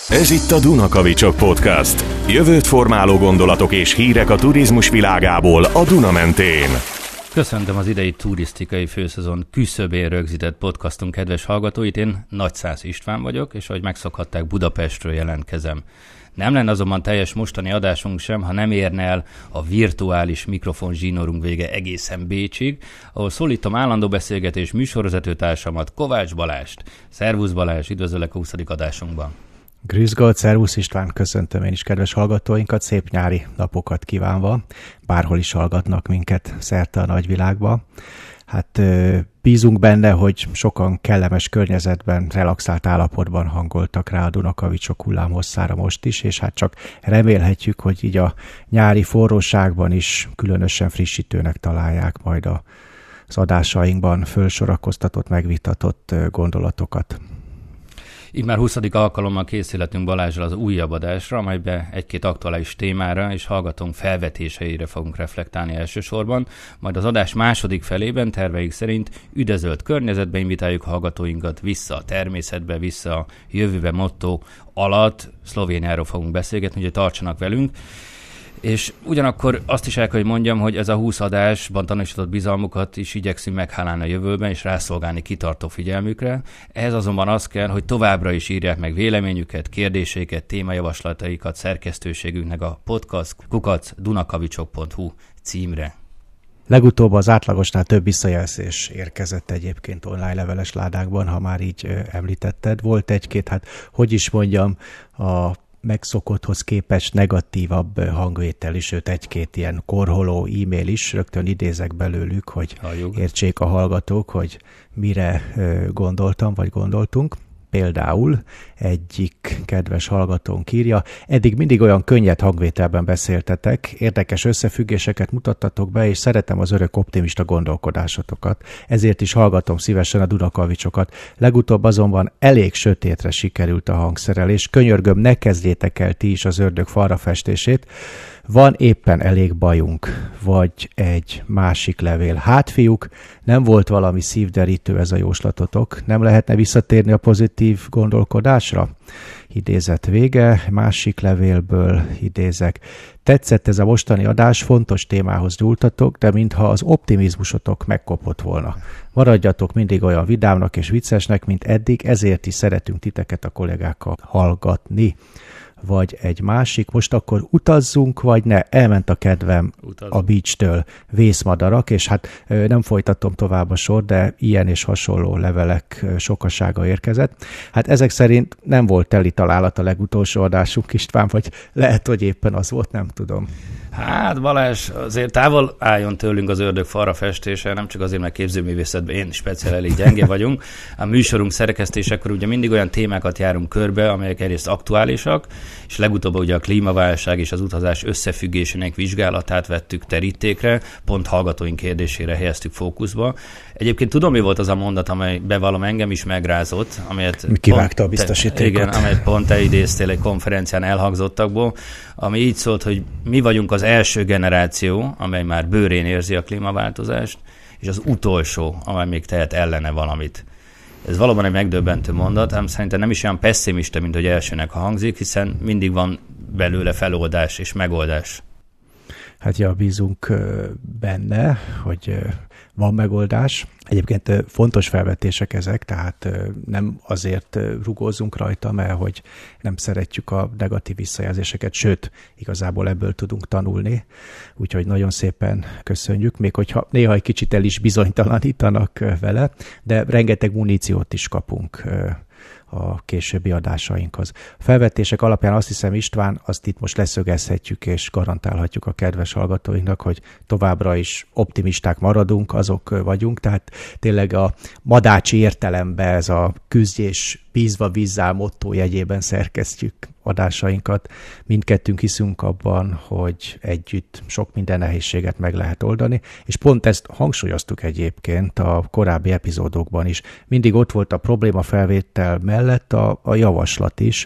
Ez itt a Dunakavicsok Podcast. Jövőt formáló gondolatok és hírek a turizmus világából a Duna mentén. Köszöntöm az idei turisztikai főszezon küszöbén rögzített podcastunk kedves hallgatóit. Én Nagyszász István vagyok, és ahogy megszokhatták, Budapestről jelentkezem. Nem lenne azonban teljes mostani adásunk sem, ha nem érne el a virtuális mikrofon zsinórunk vége egészen Bécsig, ahol szólítom állandó beszélgetés műsorvezetőtársamat, Kovács Balást. Szervusz Balázs, üdvözöllek a 20. adásunkban. Grüß Gott, szervusz István, köszöntöm én is kedves hallgatóinkat, szép nyári napokat kívánva, bárhol is hallgatnak minket szerte a nagyvilágba. Hát bízunk benne, hogy sokan kellemes környezetben, relaxált állapotban hangoltak rá a Dunakavicsok hullámhosszára most is, és hát csak remélhetjük, hogy így a nyári forróságban is különösen frissítőnek találják majd az adásainkban fölsorakoztatott, megvitatott gondolatokat. Így már 20. alkalommal készületünk Balázsral az újabb adásra, amelyben egy-két aktuális témára és hallgatónk felvetéseire fogunk reflektálni elsősorban, majd az adás második felében terveik szerint üdezölt környezetbe invitáljuk hallgatóinkat vissza a természetbe, vissza a jövőbe motto alatt. Szlovéniáról fogunk beszélgetni, hogy tartsanak velünk. És ugyanakkor azt is el kell, hogy mondjam, hogy ez a 20 adásban tanúsított bizalmukat is igyekszünk meghálálni a jövőben, és rászolgálni kitartó figyelmükre. Ehhez azonban az kell, hogy továbbra is írják meg véleményüket, kérdéseiket, témajavaslataikat szerkesztőségünknek a podcast@dunakavicsok.hu címre. Legutóbb az átlagosnál több visszajelzés érkezett egyébként online leveles ládákban, ha már így említetted. Volt egy-két, hát hogy is mondjam, a megszokotthoz képest negatívabb hangvétel is, sőt egy-két ilyen korholó e-mail is, rögtön idézek belőlük, hogy értsék a hallgatók, hogy mire gondoltam, vagy gondoltunk. Például egyik kedves hallgatónk írja, eddig mindig olyan könnyed hangvételben beszéltetek, érdekes összefüggéseket mutattatok be, és szeretem az örök optimista gondolkodásotokat. Ezért is hallgatom szívesen a Dunakavicsokat. Legutóbb azonban elég sötétre sikerült a hangszerelés. Könyörgöm, ne kezdjétek el ti is az ördög falra festését. Van éppen elég bajunk, vagy egy másik levél. Hát fiúk, nem volt valami szívderítő ez a jóslatotok? Nem lehetne visszatérni a pozitív gondolkodásra? Idézet vége, másik levélből idézek. Tetszett ez a mostani adás, fontos témához nyúltatok, de mintha az optimizmusotok megkopott volna. Maradjatok mindig olyan vidámnak és viccesnek, mint eddig, ezért is szeretünk titeket a kollégákkal hallgatni. Vagy egy másik, most akkor utazzunk, vagy ne, elment a kedvem a beach-től, vészmadarak, és hát nem folytatom tovább a sor, de ilyen és hasonló levelek sokasága érkezett. Hát ezek szerint nem volt teli találat a legutolsó adásunk, István, vagy lehet, hogy éppen az volt, nem tudom. Hát Balázs, azért távol álljon tőlünk az ördög falra festése, nem csak azért, mert képzőművészetben én speciál elég gyenge vagyunk. A műsorunk szerkesztésekor ugye mindig olyan témákat járunk körbe, amelyek egyrészt aktuálisak, és legutóbb ugye a klímaválság és az utazás összefüggésének vizsgálatát vettük terítékre, pont hallgatóink kérdésére helyeztük fókuszba. Egyébként tudom, mi volt az a mondat, amely bevallom engem is megrázott, amelyet kivágta a biztosítékot. Igen, amelyet pont te idéztél egy konferencián elhangzottakból, ami így szólt, hogy mi vagyunk az első generáció, amely már bőrén érzi a klímaváltozást, és az utolsó, amely még tehet ellene valamit. Ez valóban egy megdöbbentő mondat, ám szerintem nem is olyan pesszimista, mint hogy elsőnek hangzik, hiszen mindig van belőle feloldás és megoldás. Hát ja, bízunk benne, hogy van megoldás. Egyébként fontos felvetések ezek, tehát nem azért rugózunk rajta, mert hogy nem szeretjük a negatív visszajelzéseket, sőt, igazából ebből tudunk tanulni. Úgyhogy nagyon szépen köszönjük, még hogyha néha egy kicsit el is bizonytalanítanak vele, de rengeteg muníciót is kapunk a későbbi adásainkhoz. A felvetések alapján azt hiszem, István, azt itt most leszögezhetjük és garantálhatjuk a kedves hallgatóinknak, hogy továbbra is optimisták maradunk, azok vagyunk, tehát tényleg a madácsi értelemben ez a küzdj és bízva vízzá motto jegyében szerkesztjük adásainkat. Mindkettőnk hiszünk abban, hogy együtt sok minden nehézséget meg lehet oldani, és pont ezt hangsúlyoztuk egyébként a korábbi epizódokban is. Mindig ott volt a problémafelvétel mellett a javaslat is,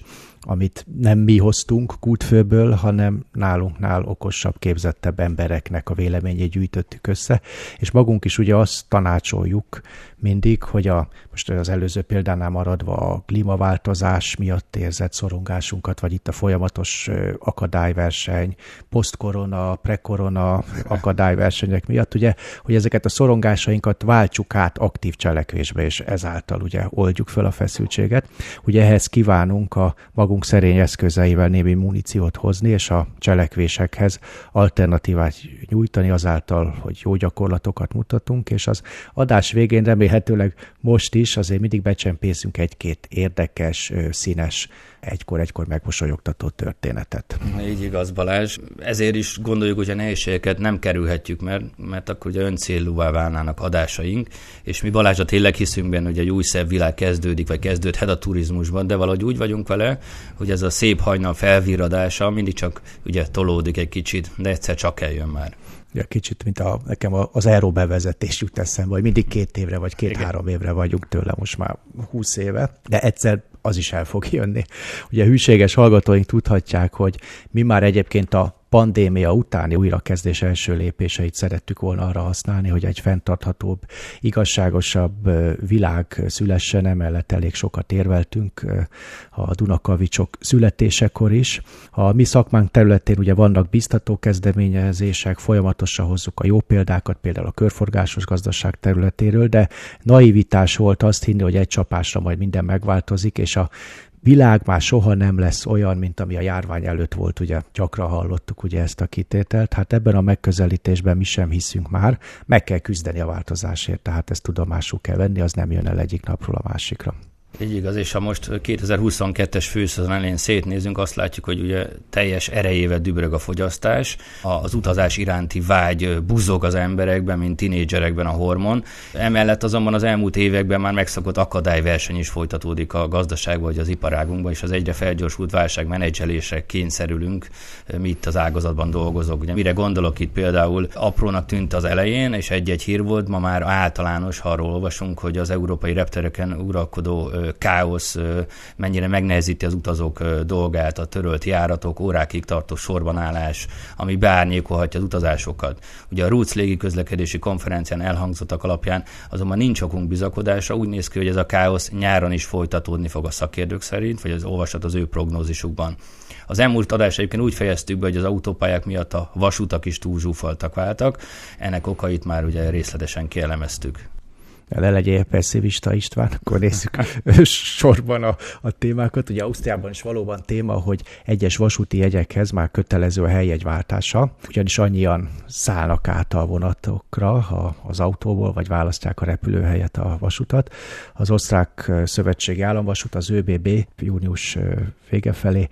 amit nem mi hoztunk Kútfőből, hanem nálunknál okosabb, képzettebb embereknek a véleményét gyűjtöttük össze, és magunk is ugye azt tanácsoljuk mindig, hogy most az előző példánál maradva a klímaváltozás miatt érzett szorongásunkat, vagy itt a folyamatos akadályverseny, posztkorona, prekorona akadályversenyek miatt, ugye, hogy ezeket a szorongásainkat váltsuk át aktív cselekvésbe, és ezáltal ugye oldjuk fel a feszültséget. Ugye ehhez kívánunk a magunk szerény eszközeivel némi muníciót hozni, és a cselekvésekhez alternatívát nyújtani azáltal, hogy jó gyakorlatokat mutatunk, és az adás végén remélhetőleg most is azért mindig becsempészünk egy-két érdekes, színes, egykor megmosolyogtató történetet. Így igaz, Balázs. Ezért is gondoljuk, hogy a nehézségeket nem kerülhetjük, mert akkor ugye öncélúvá válnának adásaink, és mi Balázsra tényleg hiszünk benne, hogy egy új szebb világ kezdődik, vagy kezdődhet a turizmusban, de valahogy úgy vagyunk vele, hogy ez a szép hajnal felvirradása mindig csak ugye tolódik egy kicsit, de egyszer csak eljön már. Ja, kicsit, mint nekem az Aero bevezetés jut eszembe, vagy mindig 2 évre, vagy 2-3 évre vagyunk tőle, most már 20 éve, de egyszer az is el fog jönni. Ugye hűséges hallgatóink tudhatják, hogy mi már egyébként a pandémia utáni újrakezdés első lépéseit szerettük volna arra használni, hogy egy fenntarthatóbb, igazságosabb világ szülessen, emellett elég sokat érveltünk a Dunakavicsok születésekor is. A mi szakmánk területén ugye vannak biztató kezdeményezések, folyamatosan hozzuk a jó példákat, például a körforgásos gazdaság területéről, de naivitás volt azt hinni, hogy egy csapásra majd minden megváltozik, és a világ már soha nem lesz olyan, mint ami a járvány előtt volt, ugye gyakran hallottuk ugye ezt a kitételt. Hát ebben a megközelítésben mi sem hiszünk már, meg kell küzdeni a változásért, tehát ezt tudomásul kell venni, az nem jön el egyik napról a másikra. Így igaz, és ha most 2022-es főszezon elején szétnézünk, azt látjuk, hogy ugye teljes erejével dübörög a fogyasztás, az utazás iránti vágy buzog az emberekben, mint tinédzserekben a hormon. Emellett azonban az elmúlt években már megszokott akadályverseny is folytatódik a gazdaságban vagy az iparágunkban, és az egyre felgyorsult válságmenedzselésre kényszerülünk, mi itt az ágazatban dolgozók. Ugye mire gondolok itt például, aprónak tűnt az elején, és egy-egy hír volt, ma már általános, ha arról olvasunk, hogy az európai reptereken uralkodó káosz mennyire megnehezíti az utazók dolgát, a törölt járatok, órákig tartó sorbanállás, ami beárnyékolhatja az utazásokat. Ugye a Roots légiközlekedési konferencián elhangzottak alapján azonban nincs okunk bizakodásra, úgy néz ki, hogy ez a káosz nyáron is folytatódni fog a szakértők szerint, vagy az olvasat az ő prognózisukban. Az elmúlt adás egyébként úgy fejeztük be, hogy az autópályák miatt a vasutak is túlzsúfoltak váltak, ennek okait már ugye részletesen kielemeztük. Le legyél pessimista, István, akkor nézzük sorban a témákat. Ugye Ausztriában is valóban téma, hogy egyes vasúti jegyekhez már kötelező a helyjegyváltása, ugyanis annyian szállnak át a vonatokra az autóból, vagy választják a repülőhelyet a vasutat. Az Osztrák Szövetségi Államvasút, az ÖBB június vége felé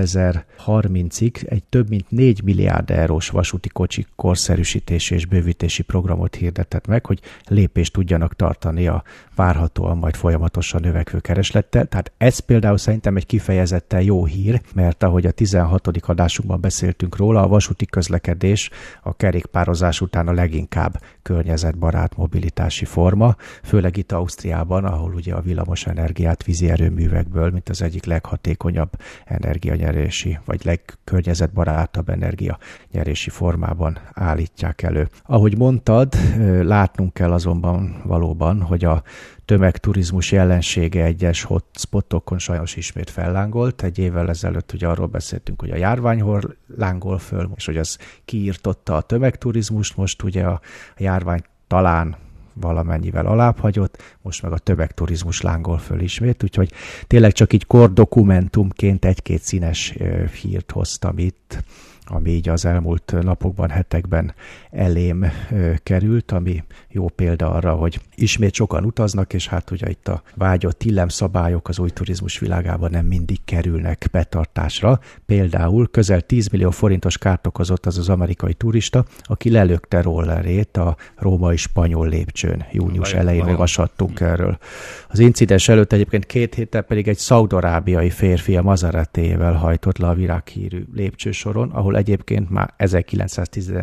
2030-ig egy több mint 4 milliárd eurós vasúti kocsik korszerűsítési és bővítési programot hirdetett meg, hogy lépést tudjanak tartani a várhatóan majd folyamatosan növekvő kereslettel. Tehát ez például szerintem egy kifejezetten jó hír, mert ahogy a 16. adásunkban beszéltünk róla, a vasúti közlekedés a kerékpározás után a leginkább környezetbarát mobilitási forma, főleg itt Ausztriában, ahol ugye a villamos energiát vízi erőművekből, mint az egyik leghatékonyabb energianyerési, vagy legkörnyezetbarátabb energianyerési formában állítják elő. Ahogy mondtad, látnunk kell azonban valóban, hogy a tömegturizmus jelensége egyes hotspotokon sajnos ismét fellángolt. Egy évvel ezelőtt ugye arról beszéltünk, hogy a járvány lángol föl, és hogy az kiirtotta a tömegturizmust, most ugye a járvány talán valamennyivel alább hagyott, most meg a tömegturizmus lángol föl ismét, úgyhogy tényleg csak így kordokumentumként egy-két színes hírt hoztam itt, ami így az elmúlt napokban, hetekben elém került, ami jó példa arra, hogy ismét sokan utaznak, és hát ugye itt a vágyott illemszabályok az új turizmus világában nem mindig kerülnek betartásra. Például közel 10 millió forintos kárt okozott az amerikai turista, aki lelökte rollerét a római spanyol lépcsőn. Június elején olvashattunk erről. Az incidens előtt egyébként 2 héttel pedig egy szaudarábiai férfi a Maseretével hajtott le a világhírű lépcsősoron, ahol egyébként már 1911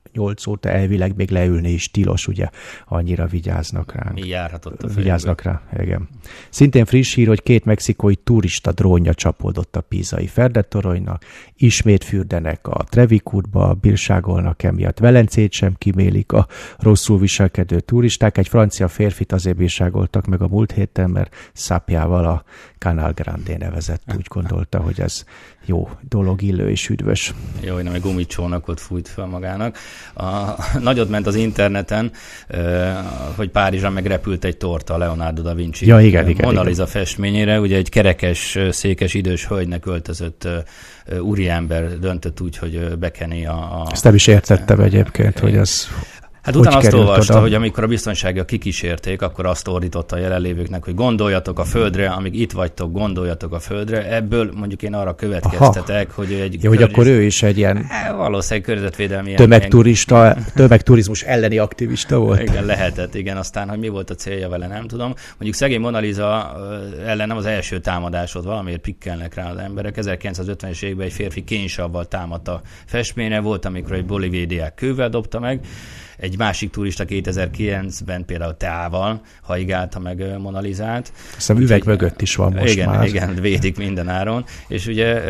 2008 óta elvileg még leülni is tilos, ugye annyira vigyáznak ránk. Mi járhatott a fejükbe? Vigyáznak rá, igen. Szintén friss hír, hogy 2 mexikói turista drónja csapódott a pízai Ferdetoronynak, ismét fürdenek a Trevi kútba, bírságolnak emiatt. Velencét sem kimélik a rosszul viselkedő turisták. Egy francia férfit azért bírságoltak meg a múlt héten, mert szápjával a Canal Grande nevezett, úgy gondolta, hogy ez jó dolog, illő és üdvös. Jó, hogy nem egy gumicsónakot fújt fel magának. Nagyot ment az interneten, hogy Párizsra megrepült egy torta Leonardo da Vinci Mona Lisa festményére. Ugye egy kerekes, székes, idős hölgynek öltözött úriember döntött úgy, hogy bekeni a... Ezt nem is értettem egyébként, hogy ez... Hát utána azt olvasta, hogy amikor a biztonságiak kikísérték, akkor azt ordította a jelenlévőknek, hogy gondoljatok a földre, amíg itt vagytok, gondoljatok a földre. Ebből mondjuk én arra következtetek, hogy egy... Jó, hogy akkor ő is egy ilyen... Valószínűleg környezetvédelmi... Tömegturizmus elleni aktivista volt. Igen, lehetett, igen. Aztán, hogy mi volt a célja vele, nem tudom. Mondjuk szegény Mona Lisa ellen nem az első támadásod, valamiért pikkelnek rá az emberek. 1950-es években egy férfi kénysavval támadt a festményre, volt, amikor egy bolíviai diák kővel dobta meg. Egy másik turista 2009-ben például teával haigálta meg Mona Lisát. Aztán üveg mögött is van most igen, már. Igen, védik minden áron. És ugye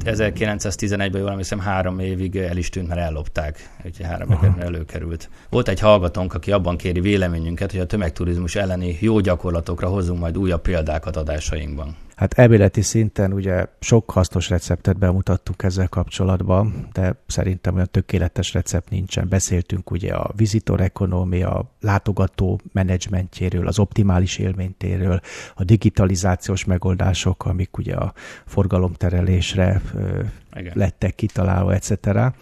1911-ben jól emlékszem 3 évig el is tűnt, mert ellopták. Úgyhogy 3 évig előkerült. Volt egy hallgatónk, aki abban kéri véleményünket, hogy a tömegturizmus elleni jó gyakorlatokra hozzunk majd újabb példákat adásainkban. Hát elméleti szinten ugye sok hasznos receptet bemutattuk ezzel kapcsolatban, de szerintem olyan tökéletes recept nincsen. Beszéltünk ugye a visitor economy, a látogató menedzsmentjéről, az optimális élménytéről, a digitalizációs megoldások, amik ugye a forgalomterelésre lettek kitalálva, etc.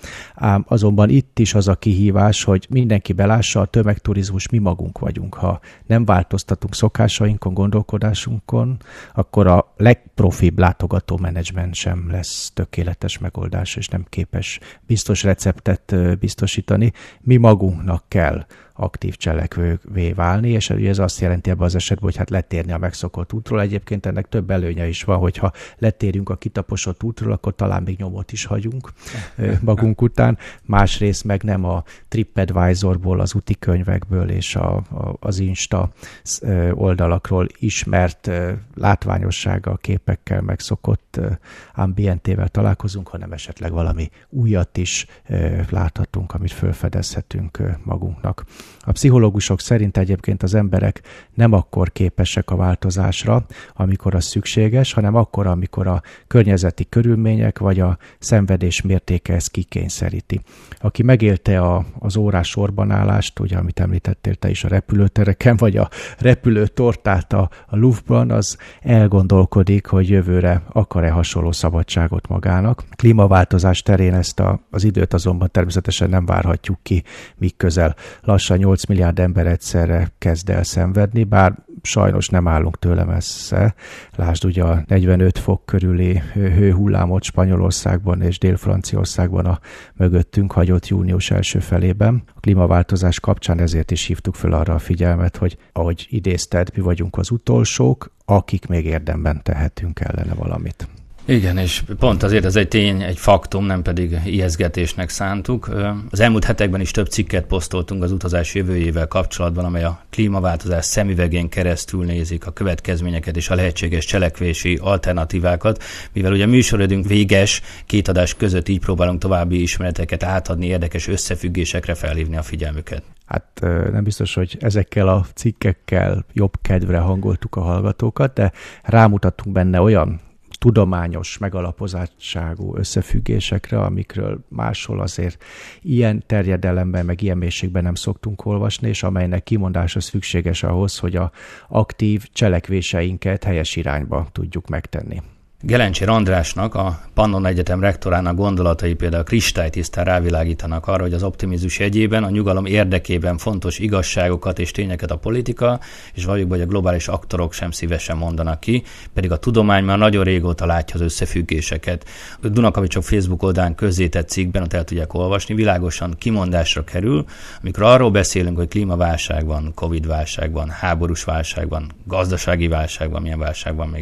Ám azonban itt is az a kihívás, hogy mindenki belássa, a tömegturizmus mi magunk vagyunk. Ha nem változtatunk szokásainkon, gondolkodásunkon, akkor a legprofibb látogató menedzsment sem lesz tökéletes megoldás, és nem képes biztos receptet biztosítani. Mi magunknak kell aktív cselekvővé válni, és ez azt jelenti ebben az esetben, hogy hát letérni a megszokott útról. Egyébként ennek több előnye is van, hogyha letérünk a kitaposott útról, akkor talán még nyomot is hagyunk magunk után. Másrészt meg nem a TripAdvisorból, az úti könyvekből és az Insta oldalakról ismert látványossággal, képekkel megszokott ambientével találkozunk, hanem esetleg valami újat is láthatunk, amit felfedezhetünk magunknak. A pszichológusok szerint egyébként az emberek nem akkor képesek a változásra, amikor az szükséges, hanem akkor, amikor a környezeti körülmények vagy a szenvedés mértéke ezt kikényszeríti. Aki megélte az órás sorbanállást, ugye, amit említettél te is a repülőtereken, vagy a repülőtortát a Louvre-ban, az elgondolkodik, hogy jövőre akar-e hasonló szabadságot magának. Klímaváltozás terén ezt az időt azonban természetesen nem várhatjuk ki, míg közel lassan 8 milliárd ember egyszerre kezd el szenvedni, bár sajnos nem állunk tőle messze. Lásd ugye a 45 fok körüli hőhullámot Spanyolországban és Dél-Franciaországban a mögöttünk hagyott június első felében. A klímaváltozás kapcsán ezért is hívtuk fel arra a figyelmet, hogy ahogy idézted, mi vagyunk az utolsók, akik még érdemben tehetünk ellene valamit. Igen, és pont azért ez egy tény, egy faktum, nem pedig ijesztgetésnek szántuk. Az elmúlt hetekben is több cikket posztoltunk az utazás jövőjével kapcsolatban, amely a klímaváltozás szemüvegén keresztül nézik a következményeket és a lehetséges cselekvési alternatívákat, mivel ugye műsorodunk véges, 2 adás között így próbálunk további ismereteket átadni, érdekes összefüggésekre felhívni a figyelmüket. Hát nem biztos, hogy ezekkel a cikkekkel jobb kedvre hangoltuk a hallgatókat, de rámutattunk benne olyan tudományos megalapozottságú összefüggésekre, amikről máshol azért ilyen terjedelemben, meg ilyen mélységben nem szoktunk olvasni, és amelynek kimondása szükséges ahhoz, hogy a aktív cselekvéseinket helyes irányba tudjuk megtenni. Gelencsér Andrásnak, a Pannon Egyetem rektorának gondolatai például kristálytisztán rávilágítanak arra, hogy az optimizmus jegyében, a nyugalom érdekében fontos igazságokat és tényeket a politika, és valljuk, hogy a globális aktorok sem szívesen mondanak ki, pedig a tudomány már nagyon régóta látja az összefüggéseket. A Dunakavicsok Facebook oldalán közzétett cikkben, ott el tudják olvasni, világosan kimondásra kerül, amikor arról beszélünk, hogy klímaválság van, Covid válság van, háborús válság van, gazdasági válság van, milyen válság van még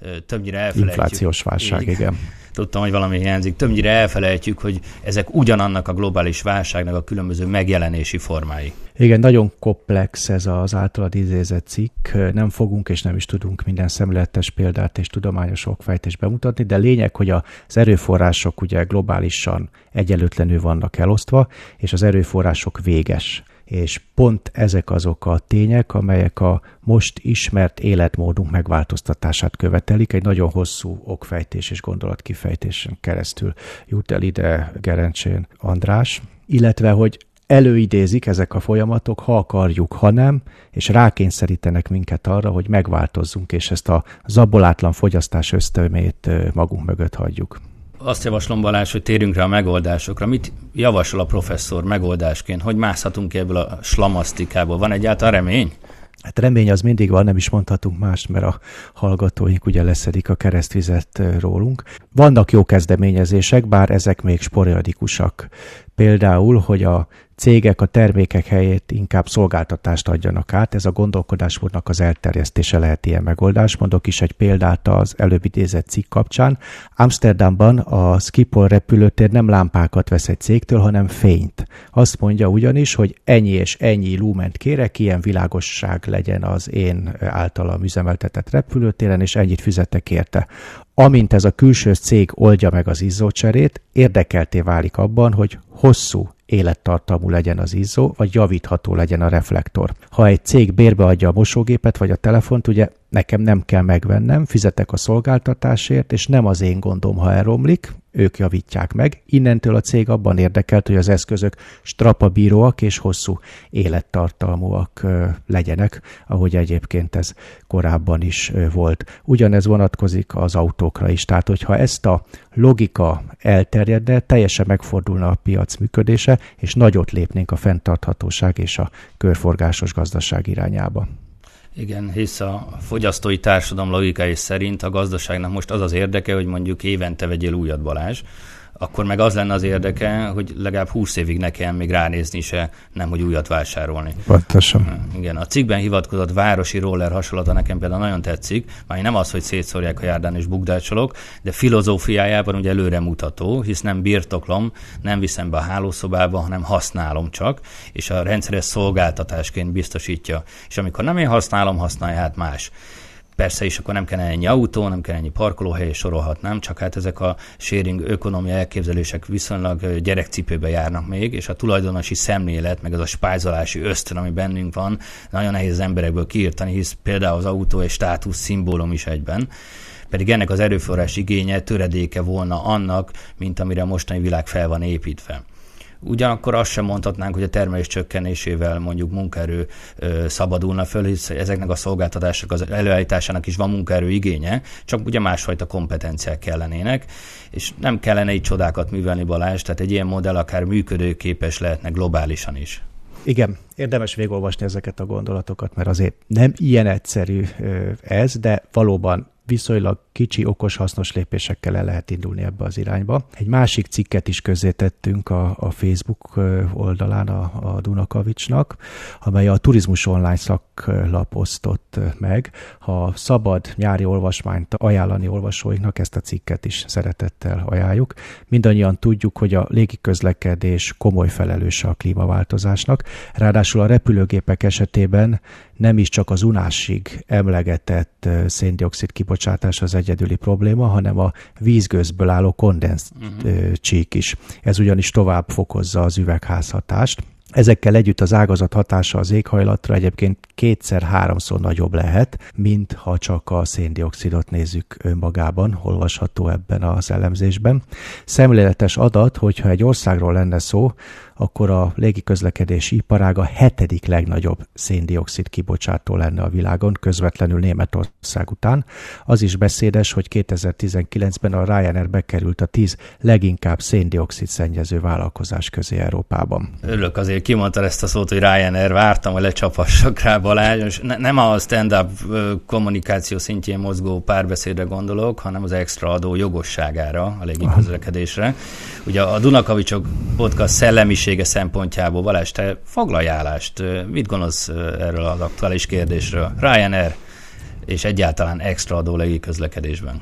többnyire elfelejtjük. Inflációs válság, igen. Tudtam, hogy valami hiányzik. Többnyire elfelejtjük, hogy ezek ugyanannak a globális válságnak a különböző megjelenési formái. Igen, nagyon komplex ez az általad idézett cikk. Nem fogunk és nem is tudunk minden szemléletes példát és tudományos okfejtést bemutatni, de lényeg, hogy az erőforrások ugye globálisan egyenlőtlenül vannak elosztva, és az erőforrások véges. És pont ezek azok a tények, amelyek a most ismert életmódunk megváltoztatását követelik. Egy nagyon hosszú okfejtés és gondolatkifejtésen keresztül jut el ide Gerencsén András, illetve hogy előidézik ezek a folyamatok, ha akarjuk, ha nem, és rákényszerítenek minket arra, hogy megváltozzunk, és ezt a zabolátlan fogyasztás ösztömét magunk mögött hagyjuk. Azt javaslom, Balázs, hogy térjünk rá a megoldásokra. Mit javasol a professzor megoldásként? Hogy mászhatunk ki ebből a slamasztikából? Van egyáltalán remény? Hát remény az mindig van, nem is mondhatunk mást, mert a hallgatóink ugye leszedik a keresztvizet rólunk. Vannak jó kezdeményezések, bár ezek még sporadikusak. Például, hogy a cégek a termékek helyett inkább szolgáltatást adjanak át. Ez a gondolkodásmódnak az elterjesztése lehet ilyen megoldás. Mondok is egy példát az előbb idézett cikk kapcsán. Amsterdamban a Schiphol repülőtér nem lámpákat vesz egy cégtől, hanem fényt. Azt mondja ugyanis, hogy ennyi és ennyi lument kérek, ilyen világosság legyen az én általam üzemeltetett repülőtéren, és ennyit fizetek érte. Amint ez a külső cég oldja meg az izzócserét, érdekelté válik abban, hogy hosszú élettartamú legyen az izzó, vagy javítható legyen a reflektor. Ha egy cég bérbe adja a mosógépet, vagy a telefont, ugye nekem nem kell megvennem, fizetek a szolgáltatásért, és nem az én gondom, ha elromlik, ők javítják meg. Innentől a cég abban érdekelt, hogy az eszközök strapabíróak és hosszú élettartalmúak legyenek, ahogy egyébként ez korábban is volt. Ugyanez vonatkozik az autókra is. Tehát, hogyha ezt a logika elterjedne, teljesen megfordulna a piac működése, és nagyot lépnénk a fenntarthatóság és a körforgásos gazdaság irányába. Igen, hisz a fogyasztói társadalom logikai szerint a gazdaságnak most az az érdeke, hogy mondjuk évente vegyél újat, Balázs, akkor meg az lenne az érdeke, hogy legalább 20 évig ne kelljen még ránézni se, nem hogy újat vásárolni. Pontosan. Igen, a cikkben hivatkozott városi roller hasonlata nekem például nagyon tetszik, már nem az, hogy szétszórják a járdán és bukdácsolok, de filozófiájában ugye előremutató, hisz nem birtoklom, nem viszem be a hálószobába, hanem használom csak, és a rendszeres szolgáltatásként biztosítja. És amikor nem én használom, használja hát más. Persze is, akkor nem kell ennyi autó, nem kell ennyi parkolóhely, és sorolhatnám, csak hát ezek a sharing ökonomia elképzelések viszonylag gyerekcipőbe járnak még, és a tulajdonosi szemlélet, meg az a spájzolási ösztön, ami bennünk van, nagyon nehéz az emberekből kiírtani, hisz például az autó egy státusz szimbólum is egyben. Pedig ennek az erőforrás igénye töredéke volna annak, mint amire a mostani világ fel van építve. Ugyanakkor azt sem mondhatnánk, hogy a termelés csökkenésével mondjuk munkaerő szabadulna föl, hisz ezeknek a szolgáltatások az előállításának is van munkaerő igénye, csak ugye másfajta kompetenciák kellenének, és nem kellene így csodákat művelni, Balázs, tehát egy ilyen modell akár működőképes lehetne globálisan is. Igen, érdemes végigolvasni ezeket a gondolatokat, mert azért nem ilyen egyszerű ez, de valóban viszonylag kicsi, okos, hasznos lépésekkel el lehet indulni ebbe az irányba. Egy másik cikket is közzétettünk a Facebook oldalán a Dunakavicsnak, amely a Turizmus Online szaklap osztott meg. Ha szabad nyári olvasmányt ajánlani olvasóinknak, ezt a cikket is szeretettel ajánljuk. Mindannyian tudjuk, hogy a légiközlekedés komoly felelőse a klímaváltozásnak. Ráadásul a repülőgépek esetében nem is csak az unásig emlegetett szén-dioxid kibocsátás az egyedüli probléma, hanem a vízgőzből álló kondenszcsík is. Ez ugyanis tovább fokozza az üvegházhatást. Ezekkel együtt az ágazat hatása az éghajlatra egyébként 2-3-szor nagyobb lehet, mint ha csak a szén-dioxidot nézzük önmagában, olvasható ebben az elemzésben. Szemléletes adat, hogyha egy országról lenne szó, akkor a légiközlekedési iparág a 7. legnagyobb szén-dioxid kibocsátó lenne a világon, közvetlenül Németország után. Az is beszédes, hogy 2019-ben a Ryanair bekerült a 10 leginkább szén-dioxid szennyező vállalkozás közé Európában. Örülök, azért kimondtad ezt a szót, hogy Ryanair, vártam, hogy lecsapassak rá, Balázs. Nem a stand-up kommunikáció szintjén mozgó párbeszédre gondolok, hanem az extra adó jogosságára a légiközlekedésre. Ugye a Dunakavicsok podcast szellemisége szempontjából, Balázs, te foglalj állást. Mit gondolsz erről az aktuális kérdésről? Ryanair és egyáltalán extra adó légiközlekedésben?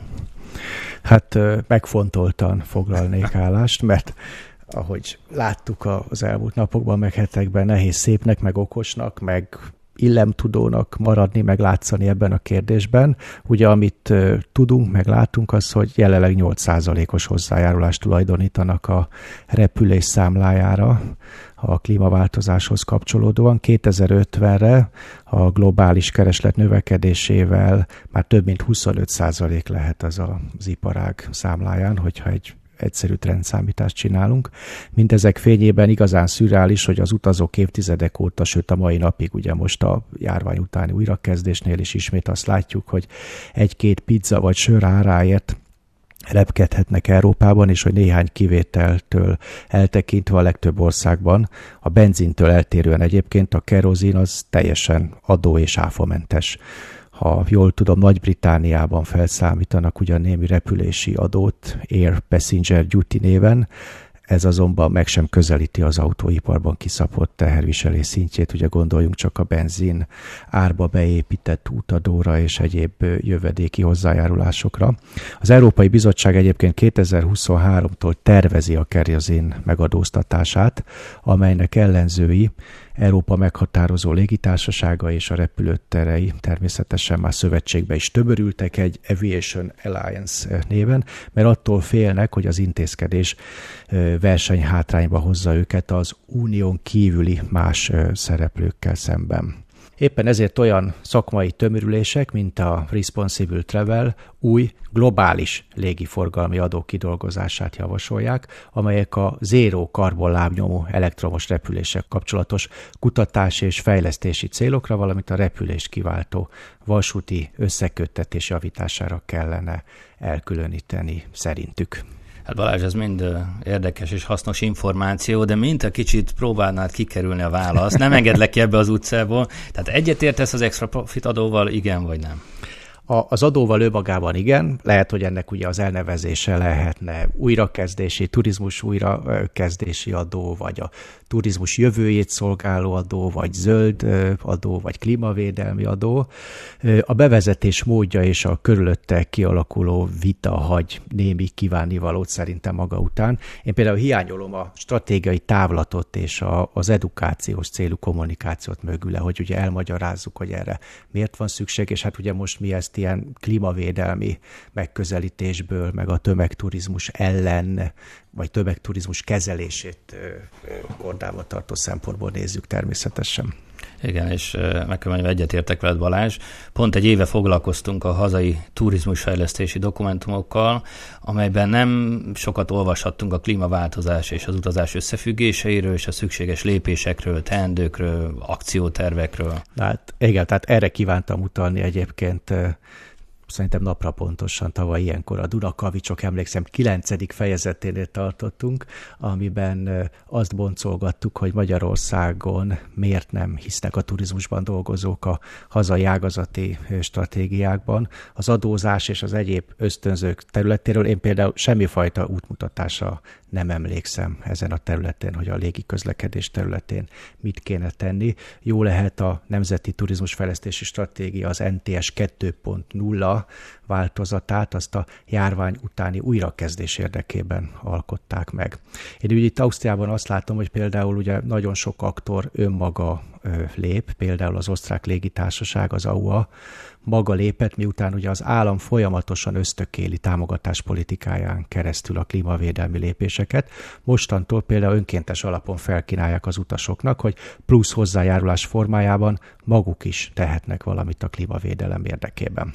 Hát megfontoltan foglalnék állást, mert ahogy láttuk az elmúlt napokban, meg hetekben, nehéz szépnek, meg okosnak, meg illemtudónak maradni, meg látszani ebben a kérdésben. Ugye amit tudunk, meg látunk az, hogy jelenleg 8%-os hozzájárulást tulajdonítanak a repülés számlájára a klímaváltozáshoz kapcsolódóan. 2050-re a globális kereslet növekedésével már több mint 25% lehet az iparág számláján, hogyha egy egyszerű trendszámítást csinálunk. Mindezek fényében igazán szürreális, hogy az utazók évtizedek óta, sőt a mai napig, ugye most a járvány utáni újrakezdésnél is ismét azt látjuk, hogy egy-két pizza vagy sör áráért repkedhetnek Európában, és hogy néhány kivételtől eltekintve a legtöbb országban, a benzintől eltérően egyébként a kerozin az teljesen adó- és áfamentes. Ha jól tudom, Nagy-Britániában felszámítanak ugyan némi repülési adót, Air Passenger Duty néven, ez azonban meg sem közelíti az autóiparban kiszabott teherviselés szintjét, ugye gondoljunk csak a benzin árba beépített útadóra és egyéb jövedéki hozzájárulásokra. Az Európai Bizottság egyébként 2023-tól tervezi a kerozin megadóztatását, amelynek ellenzői Európa meghatározó légitársasága és a repülőterei természetesen már szövetségbe is tömörültek egy Aviation Alliance néven, mert attól félnek, hogy az intézkedés versenyhátrányba hozza őket az unión kívüli más szereplőkkel szemben. Éppen ezért olyan szakmai tömörülések, mint a Responsible Travel új globális légiforgalmi adó kidolgozását javasolják, amelyek a zéró karbonlábnyomú elektromos repüléssel kapcsolatos kutatási és fejlesztési célokra, valamint a repülést kiváltó vasúti összeköttetés javítására kellene elkülöníteni szerintük. Hát Balázs, ez mind érdekes és hasznos információ, de mint a kicsit próbálnád kikerülni a választ, nem engedlek ki ebbe az utcából. Tehát egyetértesz az extra profit adóval, igen vagy nem? Az adóval önmagában igen, lehet, hogy ennek ugye az elnevezése lehetne újrakezdési, turizmus újrakezdési adó, vagy a turizmus jövőjét szolgáló adó, vagy zöld adó, vagy klímavédelmi adó. A bevezetés módja és a körülötte kialakuló vita hagy némi kívánnivalót szerintem maga után. Én például hiányolom a stratégiai távlatot és az edukációs célú kommunikációt mögüle, hogy ugye elmagyarázzuk, hogy erre miért van szükség, és hát ugye most mi ezt ilyen klímavédelmi megközelítésből, meg a tömegturizmus ellen, vagy tömegturizmus kezelését kordába tartó szempontból nézzük természetesen. Igen, és meg kell mondjam, egyetértek veled, Balázs. Pont egy éve foglalkoztunk a hazai turizmusfejlesztési dokumentumokkal, amelyben nem sokat olvashattunk a klímaváltozás és az utazás összefüggéseiről, és a szükséges lépésekről, teendőkről, akciótervekről. Hát igen, tehát erre kívántam utalni egyébként. Szerintem napra pontosan tavaly ilyenkor a Dunakavicsok, emlékszem, 9. fejezeténél tartottunk, amiben azt boncolgattuk, hogy Magyarországon miért nem hisznek a turizmusban dolgozók a hazai ágazati stratégiákban. Az adózás és az egyéb ösztönzők területéről én például semmifajta útmutatásra nem emlékszem ezen a területen, hogy a légiközlekedés területén mit kéne tenni. Jó lehet a Nemzeti Turizmusfejlesztési Stratégia, az NTS 2.0 változatát, azt a járvány utáni újrakezdés érdekében alkották meg. Én úgy itt Ausztriában azt látom, hogy például ugye nagyon sok aktor önmaga lép, például az osztrák légitársaság, az AUA maga lépett, miután ugye az állam folyamatosan ösztökéli támogatáspolitikáján keresztül a klímavédelmi lépéseket. Mostantól például önkéntes alapon felkínálják az utasoknak, hogy plusz hozzájárulás formájában maguk is tehetnek valamit a klímavédelem érdekében.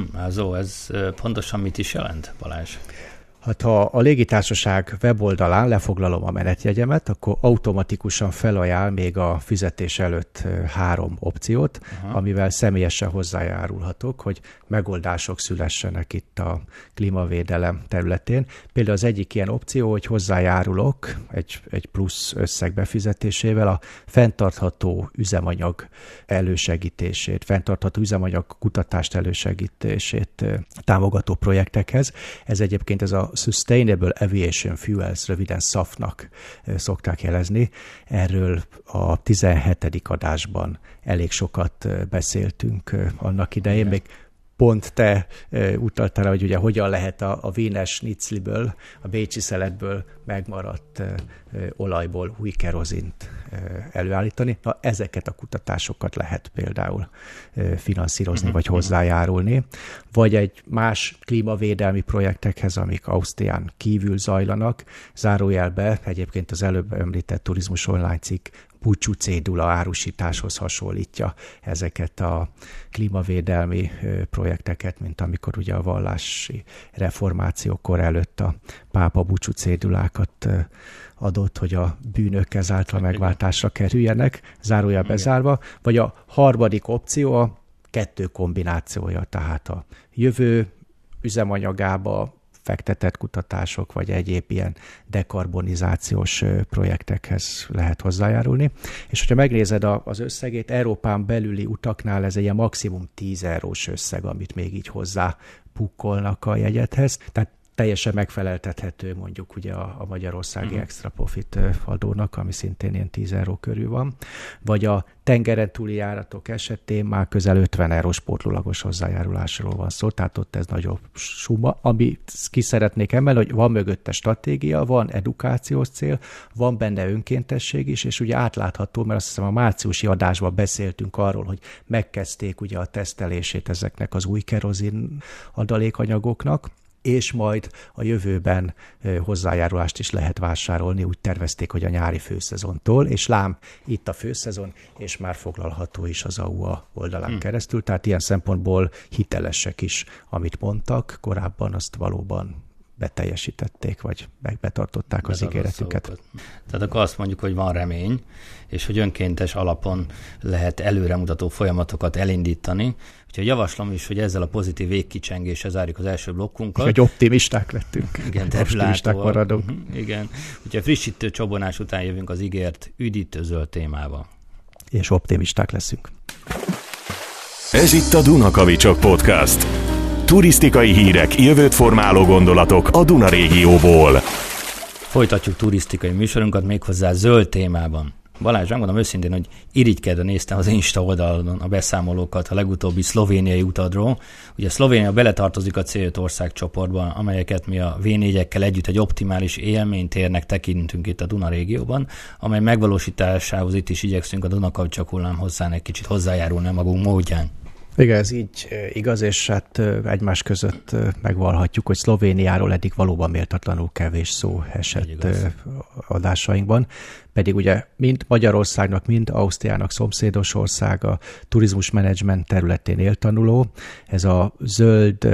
Ez pontosan mit is jelent, Balázs? Hát ha a légitársaság weboldalán lefoglalom a menetjegyemet, akkor automatikusan felajánl még a fizetés előtt 3 opciót, amivel személyesen hozzájárulhatok, hogy megoldások szülessenek itt a klímavédelem területén. Például az egyik ilyen opció, hogy hozzájárulok egy plusz összeg befizetésével a fenntartható üzemanyag elősegítését, fenntartható üzemanyag kutatást elősegítését támogató projektekhez. Ez egyébként ez a Sustainable Aviation Fuels, röviden SAF-nak szokták jelezni. Erről a 17. adásban elég sokat beszéltünk annak idején. Még pont te utaltál, hogy ugye hogyan lehet a Wiener Schnitzliből, a bécsi szeletből megmaradt olajból új kerozint előállítani. Na, ezeket a kutatásokat lehet például finanszírozni, vagy hozzájárulni. Vagy egy más klímavédelmi projektekhez, amik Ausztrián kívül zajlanak, zárójelbe egyébként az előbb említett Turizmus Online cikk búcsú cédula árusításhoz hasonlítja ezeket a klímavédelmi projekteket, mint amikor ugye a vallási reformációkor előtt a pápa búcsú cédulákat adott, hogy a bűnök ezáltal megváltásra kerüljenek, zárójel bezárva, vagy a harmadik opció a kettő kombinációja, tehát a jövő üzemanyagába fektetett kutatások, vagy egyéb ilyen dekarbonizációs projektekhez lehet hozzájárulni. És hogyha megnézed az összegét, Európán belüli utaknál ez egy ilyen maximum 10 eurós összeg, amit még így hozzá pukkolnak a jegyethez. Tehát teljesen megfeleltethető mondjuk ugye a magyarországi extra profit adónak, ami szintén ilyen 10 euró körül van, vagy a tengeren túli járatok esetén már közel 50 eurós pótlólagos hozzájárulásról van szó, tehát ott ez nagyobb summa. Amit ki szeretnék emelni, hogy van mögötte stratégia, van edukációs cél, van benne önkéntesség is, és ugye átlátható, mert azt hiszem a márciusi adásban beszéltünk arról, hogy megkezdték ugye a tesztelését ezeknek az új kerozin adalékanyagoknak, és majd a jövőben hozzájárulást is lehet vásárolni, úgy tervezték, hogy a nyári főszezontól, és lám itt a főszezon, és már foglalható is az AUA oldalán keresztül, tehát ilyen szempontból hitelesek is, amit mondtak, korábban azt valóban beteljesítették, vagy betartották az ígéretüket. Tehát akkor azt mondjuk, hogy van remény, és hogy önkéntes alapon lehet előremutató folyamatokat elindítani. Úgyhogy javaslom is, hogy ezzel a pozitív végkicsengéssel zárjuk az első blokkunkat. Hogy optimisták lettünk. Igen, optimisták maradunk. Igen. Úgyhogy a frissítő csobonás után jövünk az ígért üdítő zöld témával. És optimisták leszünk. Ez itt a Dunakavicsok Podcast. Turisztikai hírek, jövőt formáló gondolatok a Duna régióból. Folytatjuk turisztikai műsorunkat méghozzá zöld témában. Balázs, megmondom őszintén, hogy irigykedve néztem az Insta oldalon a beszámolókat a legutóbbi szlovéniai utadról. Ugye Szlovénia beletartozik a C5 ország csoportban, amelyeket mi a V4-ekkel együtt egy optimális élménytérnek tekintünk itt a Duna régióban, amely megvalósításához itt is igyekszünk a Dunakavicsok hullám hozzá egy kicsit hozzájárulni a magunk módján. Igen, ez így igaz, és hát egymás között megvallhatjuk, hogy Szlovéniáról eddig valóban méltatlanul kevés szó esett adásainkban. Pedig ugye mind Magyarországnak, mind Ausztriának szomszédos ország a turizmusmenedzsment területén éltanuló. Ez a zöld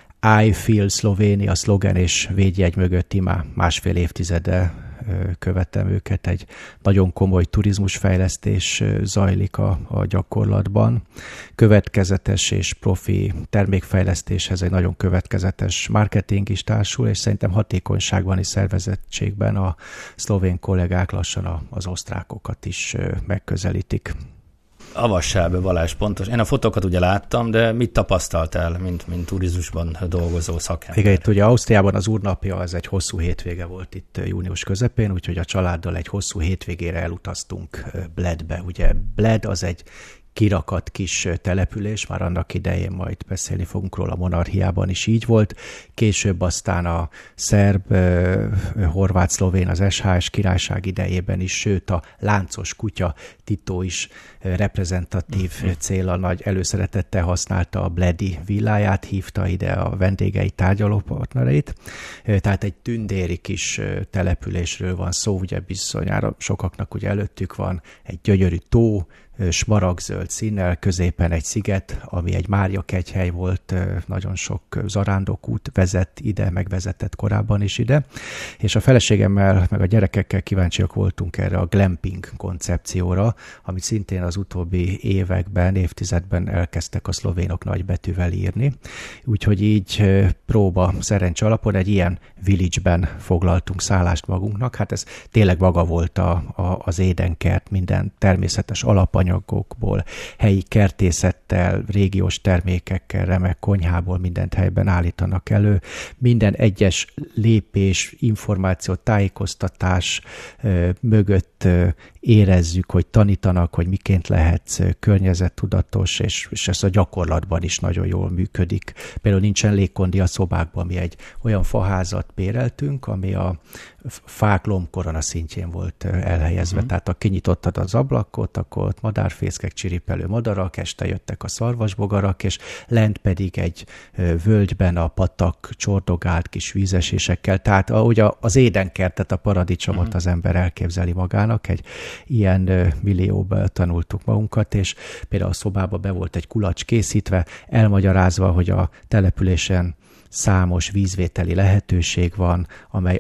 I Feel Slovenia szlogen és védjegy mögött már másfél évtizede követem őket. Egy nagyon komoly turizmusfejlesztés zajlik a gyakorlatban. Következetes és profi termékfejlesztéshez egy nagyon következetes marketing is társul, és szerintem hatékonyságban és szervezettségben a szlovén kollégák lassan az osztrákokat is megközelítik. Avassál be, Balázs, pontos. Én a fotókat ugye láttam, de mit tapasztaltál, mint turizmusban dolgozó szakember? Igen, itt ugye Ausztriában az úrnapja, ez egy hosszú hétvége volt itt június közepén, úgyhogy a családdal egy hosszú hétvégére elutaztunk Bledbe. Ugye Bled az egy kirakat kis település, már annak idején majd beszélni fogunk róla, a monarchiában is így volt. Később aztán a szerb, horvát, szlovén, az SHS királyság idejében is, sőt a láncos kutya Tito is reprezentatív céllal nagy előszeretettel használta a bledi villáját, hívta ide a vendégei tárgyalópartnereit. Tehát egy tündéri kis településről van szó, ugye bizonyára sokaknak ugye előttük van egy gyönyörű tó, smaragdzöld színnel, középen egy sziget, ami egy Mária kegyhely volt, nagyon sok zarándokút vezet ide, megvezetett korábban is ide, és a feleségemmel, meg a gyerekekkel kíváncsiak voltunk erre a glamping koncepcióra, amit szintén az utóbbi években, évtizedben elkezdtek a szlovénok nagybetűvel írni, úgyhogy így próba szerencse alapon egy ilyen village-ben foglaltunk szállást magunknak, hát ez tényleg maga volt az édenkert, minden természetes alapanyagokból, helyi kertészettel, régiós termékekkel, remek konyhából mindent helyben állítanak elő. Minden egyes lépés, információ, tájékoztatás mögött érezzük, hogy tanítanak, hogy miként lehetsz környezettudatos, és ez a gyakorlatban is nagyon jól működik. Például nincsen légkondi a szobákban, mi egy olyan faházat béreltünk, ami a fák lombkorona szintjén volt elhelyezve. Tehát ha kinyitottad az ablakot, akkor ott madárfészkek, csiripelő madarak, este jöttek a szarvasbogarak, és lent pedig egy völgyben a patak csordogált kis vízesésekkel. Tehát ahogy az édenkertet, a paradicsomot az ember elképzeli magának, egy ilyen millióban tanultuk magunkat, és például a szobába be volt egy kulacs készítve, elmagyarázva, hogy a településen számos vízvételi lehetőség van, amely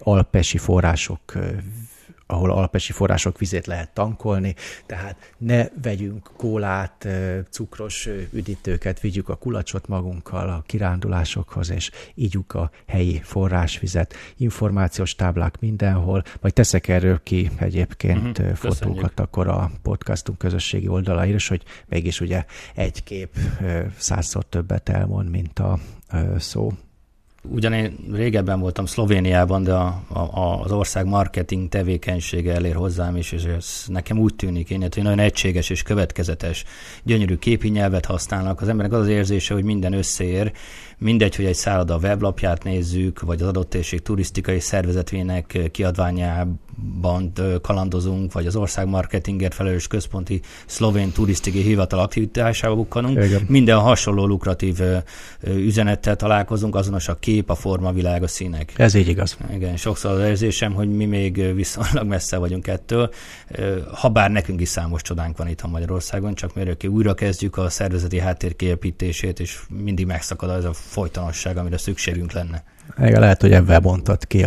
ahol alpesi források vizét lehet tankolni, tehát ne vegyünk kólát, cukros üdítőket, vigyük a kulacsot magunkkal a kirándulásokhoz, és ígyuk a helyi forrásvizet. Információs táblák mindenhol, majd teszek erről ki egyébként fotókat akkor a podcastunk közösségi oldalaira, és hogy mégis ugye egy kép 100-szor többet elmond, mint a szó. Ugyan én régebben voltam Szlovéniában, de az ország marketing tevékenysége elér hozzám is, és ez nekem úgy tűnik, hogy nagyon egységes és következetes, gyönyörű képi nyelvet használnak. Az embernek az az érzése, hogy minden összeér, mindegy, hogy egy szálloda weblapját nézzük, vagy az adott térség turisztikai szervezetének kiadványában kalandozunk, vagy az ország marketingért felelős központi szlovén turisztikai hivatal aktivitásába bukkanunk. Minden hasonló lukratív üzenettel találkozunk, azonos a kép, a forma, világ, a színek. Ez így igaz. Igen, sokszor az érzésem, hogy mi még viszonylag messze vagyunk ettől, habár nekünk is számos csodánk van itthon Magyarországon, csak mert újra kezdjük a szervezeti háttér kiépítését, és mindig megszakad az a folytonosság, amire szükségünk lenne. Lehet, hogy ebben mondtad ki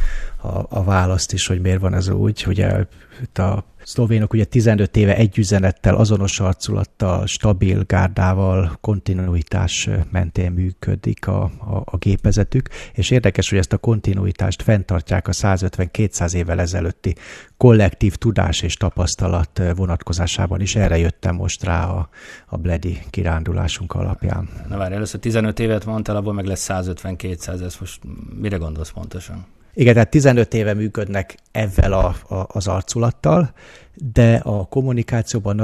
a választ is, hogy miért van ez úgy. Ugye itt a szlovénok ugye 15 éve egy üzenettel, azonos arculattal, stabil gárdával, kontinuitás mentén működik a gépezetük, és érdekes, hogy ezt a kontinuitást fenntartják a 150-200 évvel ezelőtti kollektív tudás és tapasztalat vonatkozásában is. Erre jöttem most rá a bledi kirándulásunk alapján. Na várj, először 15 évet mondtál, abból meg lesz 150-200, ez most mire gondolsz pontosan? Igen, tehát 15 éve működnek ezzel az arculattal, de a kommunikációban,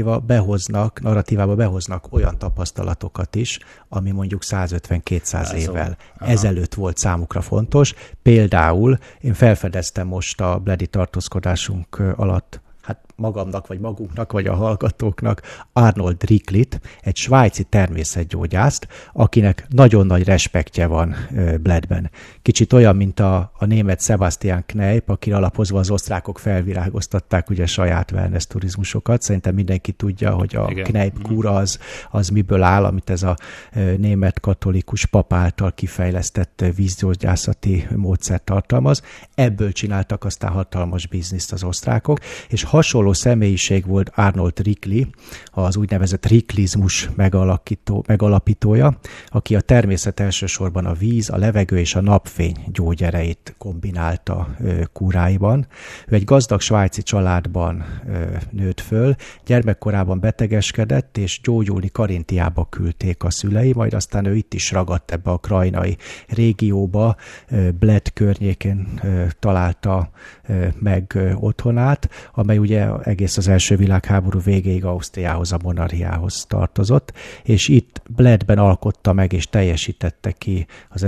narratívába behoznak olyan tapasztalatokat is, ami mondjuk 150-200 évvel ezelőtt volt számukra fontos. Például én felfedeztem most a bledi tartózkodásunk alatt, magamnak, vagy magunknak, vagy a hallgatóknak Arnold Riklit, egy svájci természetgyógyászt, akinek nagyon nagy respektje van Bledben. Kicsit olyan, mint a német Sebastian Kneipp, akire alapozva az osztrákok felvirágoztatták ugye saját wellness turizmusokat. Szerintem mindenki tudja, hogy a Kneipp kúra az miből áll, amit ez a német katolikus pap által kifejlesztett vízgyógyászati módszert tartalmaz. Ebből csináltak aztán hatalmas bizniszt az osztrákok, és hasonló személyiség volt Arnold Rikli, az úgynevezett riklizmus megalapítója, aki a természet elsősorban a víz, a levegő és a napfény gyógyereit kombinálta kúráiban. Ő egy gazdag svájci családban nőtt föl, gyermekkorában betegeskedett, és gyógyulni Karintiába küldték a szülei, majd aztán ő itt is ragadt ebbe a krajnai régióba, Bled környékén találta meg otthonát, amely ugye egész az első világháború végéig Ausztriához, a monarchiához tartozott, és itt Bledben alkotta meg és teljesítette ki az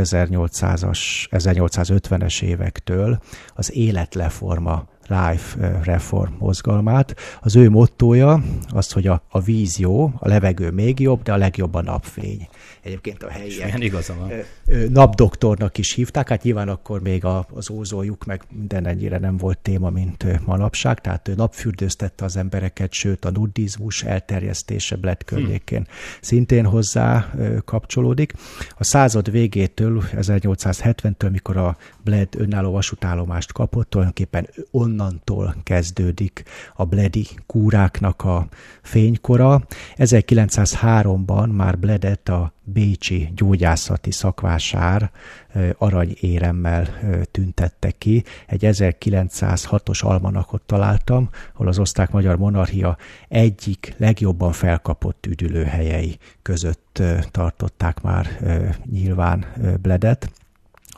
1850-es évektől az életleforma, Life Reform mozgalmát. Az ő mottója az, hogy a víz jó, a levegő még jobb, de a legjobb a napfény. Egyébként a helyiek napdoktornak is hívták, hát nyilván akkor még az ózójuk meg minden ennyire nem volt téma, mint manapság, tehát ő napfürdőztette az embereket, sőt a nudizmus elterjesztése Bled környékén szintén hozzá kapcsolódik. A század végétől, 1870-től, mikor a Bled önálló vasútállomást kapott, tulajdonképpen onnantól kezdődik a bledi kúráknak a fénykora. 1903-ban már Bledet a bécsi gyógyászati szakvásár aranyéremmel tüntette ki. Egy 1906-os almanakot találtam, ahol az osztrák-magyar monarchia egyik legjobban felkapott üdülőhelyei között tartották már nyilván Bledet.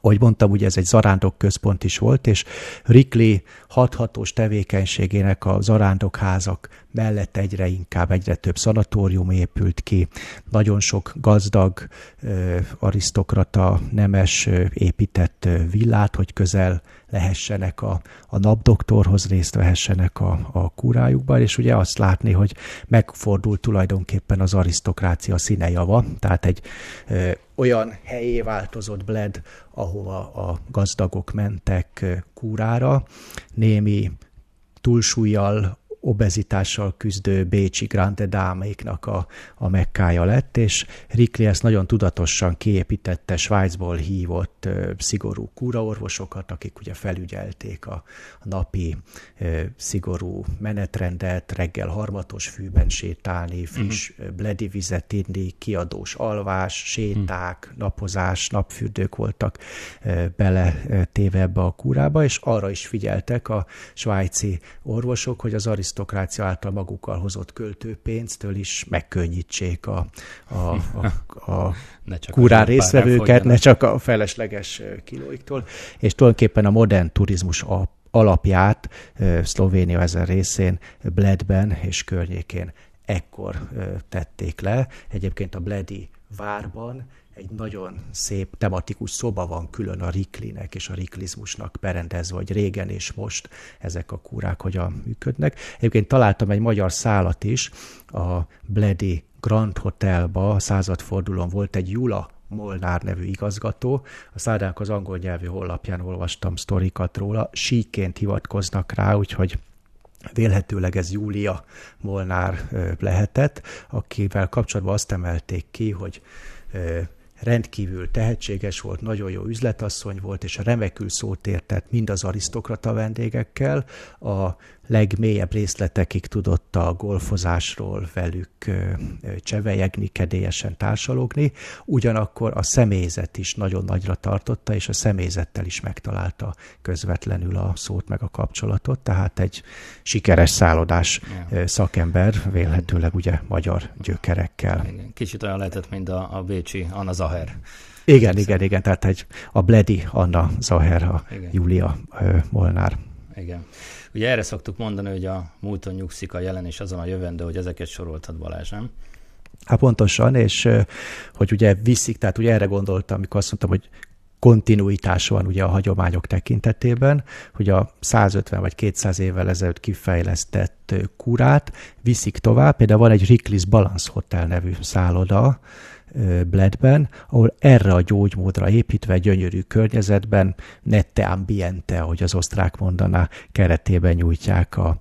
Ahogy mondtam, ugye ez egy zarándok központ is volt, és Rickley hathatós tevékenységének a zarándokházak mellett egyre több szanatórium épült ki, nagyon sok gazdag arisztokrata nemes épített villát, hogy közel lehessenek a napdoktorhoz, részt vehessenek a kúrájukban, és ugye azt látni, hogy megfordult tulajdonképpen az arisztokrácia színejava, tehát egy olyan helyé változott Bled, ahova a gazdagok mentek kúrára, némi túlsúllyal, obezitással küzdő bécsi grande dáméknak a mekkája lett, és Rickley ezt nagyon tudatosan kiépítette Svájcból hívott szigorú kúraorvosokat, akik ugye felügyelték a napi szigorú menetrendet, reggel harmatos fűben sétálni, friss bledi vizet inni, kiadós alvás, séták, napozás, napfürdők voltak beletéve ebbe a kúrába, és arra is figyeltek a svájci orvosok, hogy az arisztokrácia által magukkal hozott költőpénztől is megkönnyítsék a kúrán résztvevőket, ne csak a felesleges kilóiktól, és tulajdonképpen a modern turizmus alapját Szlovénia ezen részén, Bledben és környékén ekkor tették le. Egyébként a bledi várban egy nagyon szép tematikus szoba van külön a Rickleynek és a riklizmusnak berendezve, hogy régen és most ezek a kúrák hogyan működnek. Egyébként találtam egy magyar szálat is, a bledi Grand Hotelba a századfordulón volt egy Gyula Molnár nevű igazgató. A szállának az angol nyelvű honlapján olvastam sztorikat róla, síkként hivatkoznak rá, úgyhogy vélhetőleg ez Júlia Molnár lehetett, akivel kapcsolatban azt emelték ki, hogy rendkívül tehetséges volt, nagyon jó üzletasszony volt, és remekül szót értett mind az arisztokrata vendégekkel, a legmélyebb részletekig tudott a golfozásról velük csevelyegni, kedélyesen társalogni, ugyanakkor a személyzet is nagyon nagyra tartotta, és a személyzettel is megtalálta közvetlenül a szót meg a kapcsolatot, tehát egy sikeres szállodás szakember, vélhetőleg ugye magyar gyökerekkel. Kicsit olyan lehetett, mint a bécsi Anna Zaher. Igen, tehát a bledi Anna Zaher, a Júlia Molnár. Igen. Ugye erre szoktuk mondani, hogy a múlton nyugszik a jelen, és azon a jövendő, hogy ezeket soroltad, Balázs, nem? Hát pontosan, és hogy ugye viszik, tehát ugye erre gondoltam, amikor azt mondtam, hogy kontinuitás van ugye a hagyományok tekintetében, hogy a 150 vagy 200 évvel ezelőtt kifejlesztett kúrát viszik tovább. Például van egy Rickley's Balance Hotel nevű szálloda Bledben, ahol erre a gyógymódra építve gyönyörű környezetben, nette ambiente, ahogy az osztrák mondaná, keretében nyújtják a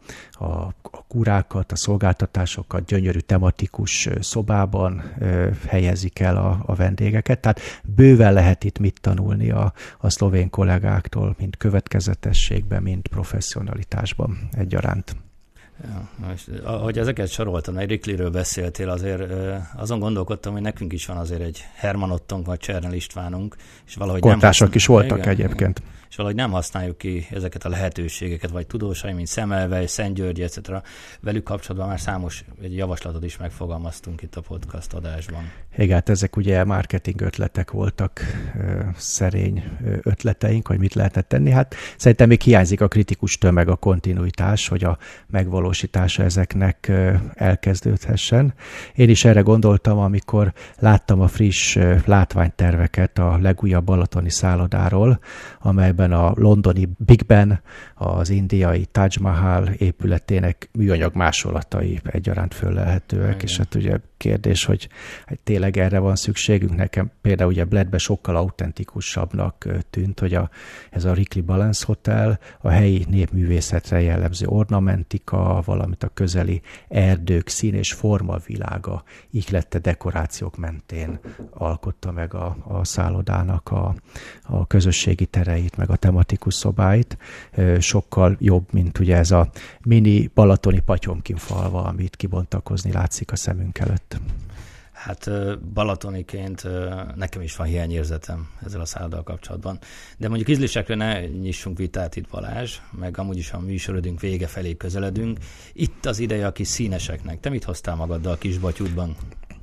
kúrákat, a szolgáltatásokat, gyönyörű tematikus szobában helyezik el a vendégeket. Tehát bőven lehet itt mit tanulni a szlovén kollégáktól, mind következetességben, mind professzionalitásban egyaránt. Ja, ahogy ezeket soroltam, egy Rickleyről beszéltél, azért azon gondolkodtam, hogy nekünk is van azért egy Herman Ottonk vagy Csernel Istvánunk, és valahogy kortársak is voltak egyébként. És valahogy nem használjuk ki ezeket a lehetőségeket, vagy tudósai, mint Szemelweis, Szent György, etc. Velük kapcsolatban már számos egy javaslatot is megfogalmaztunk itt a podcast adásban. Igen, hát ezek ugye marketing ötletek voltak, szerény ötleteink, hogy mit lehetne tenni. Hát szerintem még hiányzik a kritikus tömeg, a kontinuitás, hogy a megvalósítása ezeknek elkezdődhessen. Én is erre gondoltam, amikor láttam a friss látványterveket a legújabb balatoni szállodáról, amelyben a londoni Big Ben, az indiai Taj Mahal épületének műanyag másolatai egyaránt föllelhetőek, és hát ugye kérdés, hogy tényleg erre van szükségünk. Nekem például ugye Bledbe sokkal autentikusabbnak tűnt, hogy ez a Rickley Balance Hotel a helyi népművészetre jellemző ornamentika, valamint a közeli erdők szín és formavilága, ihlette dekorációk mentén alkotta meg a szállodának a közösségi tereit, meg a tematikus szobáit. Sokkal jobb, mint ugye ez a mini balatoni Patyomkin-falva, amit kibontakozni látszik a szemünk előtt. Hát balatoniként nekem is van hiányérzetem ezzel a szállodával kapcsolatban. De mondjuk ízlésekre ne nyissunk vitát itt, Balázs, meg amúgy is a műsorodunk vége felé közeledünk. Itt az ideje a kis színeseknek. Te mit hoztál magaddal a kis batyúdban?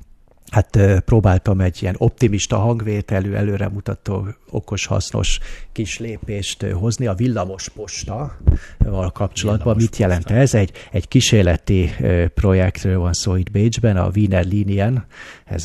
Hát próbáltam egy ilyen optimista hangvételű, előremutató, okos, hasznos kis lépést hozni a villamos postával kapcsolatban. Mit jelent ez? Egy kísérleti projektről van szó itt Bécsben, a Wiener Linien, ez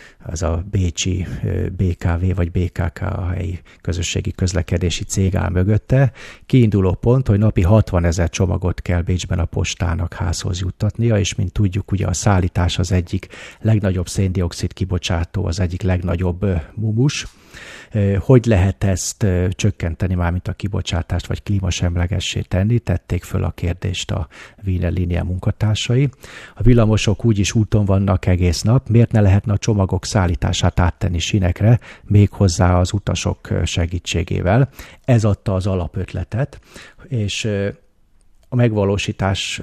a bécsi BKV vagy BKK, a helyi közösségi közlekedési cég áll mögötte. Kiinduló pont, hogy napi 60 000 csomagot kell Bécsben a postának házhoz juttatnia, és mint tudjuk, ugye a szállítás az egyik legnagyobb széndioxid kibocsátó, az egyik legnagyobb mumus. Hogy lehet ezt csökkenteni, mármint a kibocsátást, vagy klímasemlegessé tenni? Tették föl a kérdést a Wiener Linie munkatársai. A villamosok úgyis úton vannak egész nap, miért ne lehetne a csomagok szállítását áttenni sínekre, méghozzá az utasok segítségével? Ez adta az alapötletet, és a megvalósítás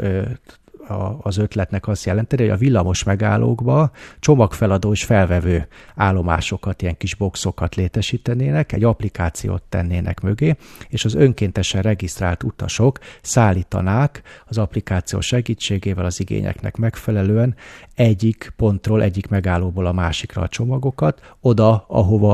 az ötletnek azt jelenteni, hogy a villamos megállókba csomagfeladó és felvevő állomásokat, ilyen kis boxokat létesítenének, egy applikációt tennének mögé, és az önkéntesen regisztrált utasok szállítanák az applikáció segítségével az igényeknek megfelelően egyik pontról, egyik megállóból a másikra a csomagokat, oda,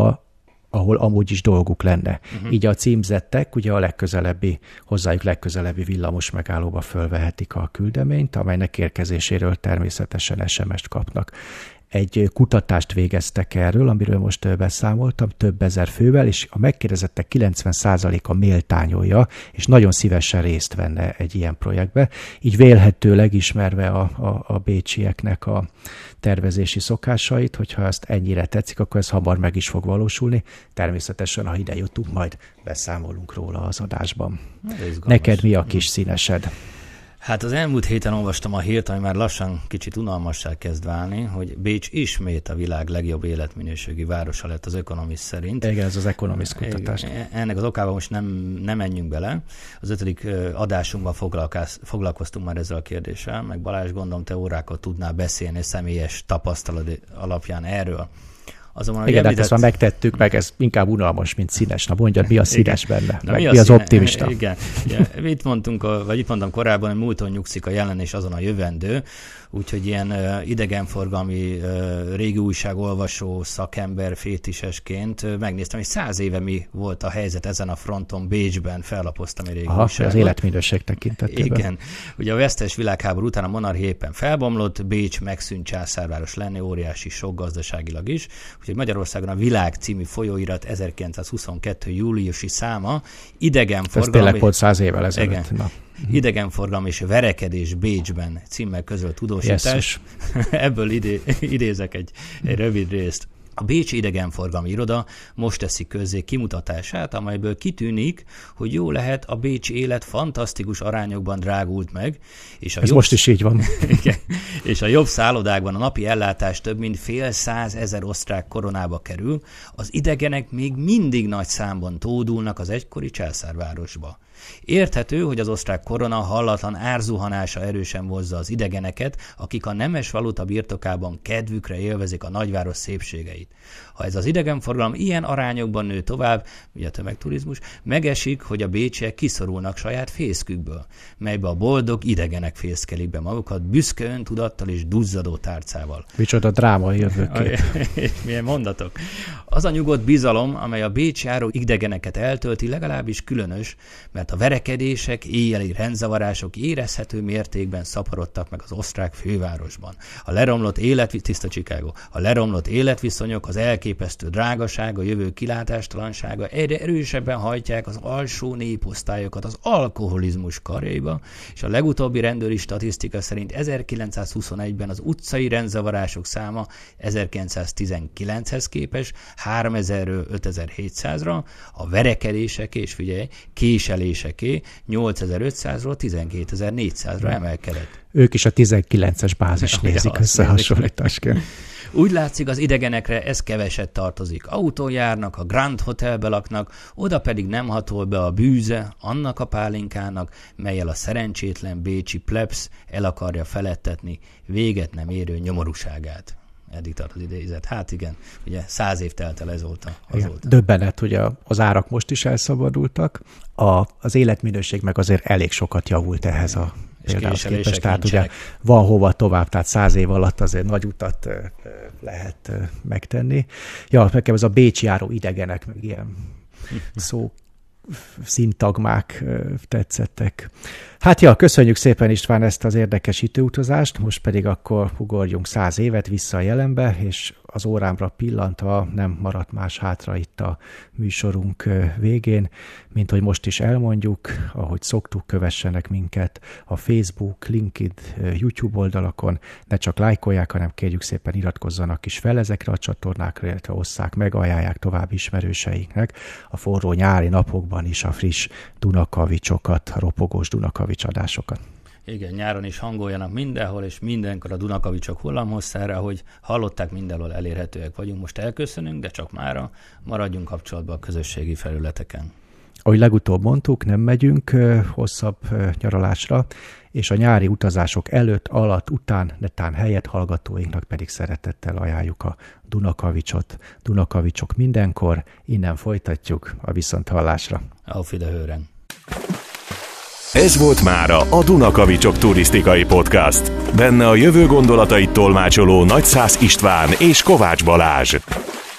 ahol amúgy is dolguk lenne. Így a címzettek ugye hozzájuk legközelebbi villamos megállóba fölvehetik a küldeményt, amelynek érkezéséről természetesen SMS-t kapnak. Egy kutatást végeztek erről, amiről most beszámoltam, több ezer fővel, és a megkérdezettek 90%-a méltányolja, és nagyon szívesen részt venne egy ilyen projektbe. Így vélhetőleg ismerve a bécsieknek a tervezési szokásait, hogyha ezt ennyire tetszik, akkor ez hamar meg is fog valósulni. Természetesen, ha ide jutunk, majd beszámolunk róla az adásban. Neked mi a kis színesed? Hát az elmúlt héten olvastam a hírt, ami már lassan kicsit unalmassá kezd válni, hogy Bécs ismét a világ legjobb életminőségi városa lett az Economist szerint. Igen, ez az Economist kutatás. Ennek az okában most nem menjünk bele. Az 5. adásunkban foglalkoztunk már ezzel a kérdéssel, meg Balázs, gondolom, te órákat tudnál beszélni személyes tapasztalat alapján erről. Azonban, igen, hát ezt már megtettük, meg ez inkább unalmas, mint színes. Na mondjad, mi a színes benne? Mi az optimista? Igen. Itt mondtam korábban, hogy múlton nyugszik a jelen és azon a jövendő, úgyhogy ilyen idegenforgalmi régi újságolvasó szakember fétisesként megnéztem, hogy 100 éve mi volt a helyzet ezen a fronton Bécsben, fellapoztam egy régi újságot. Az életminőség tekintetében. Igen. Ugye a vesztes világháború után a monarchia éppen felbomlott, Bécs megszűnt császárváros lenni, óriási sok gazdaságilag is. Úgyhogy Magyarországon a Világ című folyóirat 1922. júliusi száma idegenforgalmi... Ez tényleg volt 100 évvel ezelőtt. Idegenforgalom és verekedés Bécsben címmel közölt tudósítás. Ebből idézek egy rövid részt. A Bécsi Idegenforgalmi Iroda most teszi közzé kimutatását, amelyből kitűnik, hogy jó lehet a bécsi élet fantasztikus arányokban drágult meg. És most is így van. Igen, és a jobb szállodákban a napi ellátás több mint 500 000 osztrák koronába kerül, az idegenek még mindig nagy számban tódulnak az egykori császárvárosba. Érthető, hogy az osztrák korona hallatlan árzuhanása erősen vonzza az idegeneket, akik a nemes valuta birtokában kedvükre élvezik a nagyváros szépségeit. Ha ez az idegenforgalom ilyen arányokban nő tovább, ugye a tömegturizmus, megesik, hogy a bécsiek kiszorulnak saját fészkükből, melybe a boldog idegenek fészkelik be magukat büszke öntudattal és duzzadó tárcával. Micsoda drámai jövőkép. Milyen mondatok. Az a nyugodt bizalom, amely a Bécs járó idegeneket eltölti, legalábbis különös, mert a verekedések, éjjeli rendzavarások érezhető mértékben szaporodtak meg az osztrák fővárosban. A leromlott életviszonyok, az elképesztő drágaság, a jövő kilátástalansága egyre erősebben hajtják az alsó néposztályokat az alkoholizmus karjaiba, és a legutóbbi rendőri statisztika szerint 1921-ben az utcai rendzavarások száma 1919-hez képest 3000-ről 5700-ra, a verekedések és figyelj, késeléseké 8500-ról 12400-ra emelkedett. Ők is a 19-es bázis nézik összehasonlításként. Úgy látszik, az idegenekre ez keveset tartozik. Autón járnak, a Grand Hotelbe laknak, oda pedig nem hatol be a bűze annak a pálinkának, melyel a szerencsétlen bécsi plebs el akarja feledtetni véget nem érő nyomorúságát. Eddig tart az idézet. Hát igen, ugye 100 év telt el azóta. Döbbenet, hogy az árak most is elszabadultak. Az életminőség meg azért elég sokat javult ehhez a például képest. Tehát ugye van hova tovább, tehát 100 év alatt azért nagy utat lehet megtenni. Ja, nekem ez a Bécs járó idegenek, meg ilyen szó szintagmák tetszettek. Hát ja, köszönjük szépen István ezt az érdekes időutazást, most pedig akkor ugorjunk 100 évet vissza a jelenbe, és az órámra pillantva nem maradt más hátra itt a műsorunk végén, mint hogy most is elmondjuk, ahogy szoktuk, kövessenek minket a Facebook, LinkedIn, YouTube oldalakon, ne csak lájkolják, hanem kérjük szépen iratkozzanak is fel ezekre a csatornákra, illetve osszák meg, ajánlják tovább ismerőseinknek a forró nyári napokban is a friss Dunakavicsokat, a ropogós Dunakavics adásokat. Igen, nyáron is hangoljanak mindenhol, és mindenkor a Dunakavicsok hullamhosszára, ahogy hallották, mindenhol elérhetőek vagyunk. Most elköszönünk, de csak mára maradjunk kapcsolatban a közösségi felületeken. Ahogy legutóbb mondtuk, nem megyünk hosszabb nyaralásra, és a nyári utazások előtt, alatt, után, netán helyett hallgatóinknak pedig szeretettel ajánljuk a Dunakavicsot. Dunakavicsok mindenkor, innen folytatjuk a viszonthallásra. Auf Wiederhören! Ez volt mára a Dunakavicsok turisztikai podcast. Benne a jövő gondolatait tolmácsoló Nagyszász István és Kovács Balázs.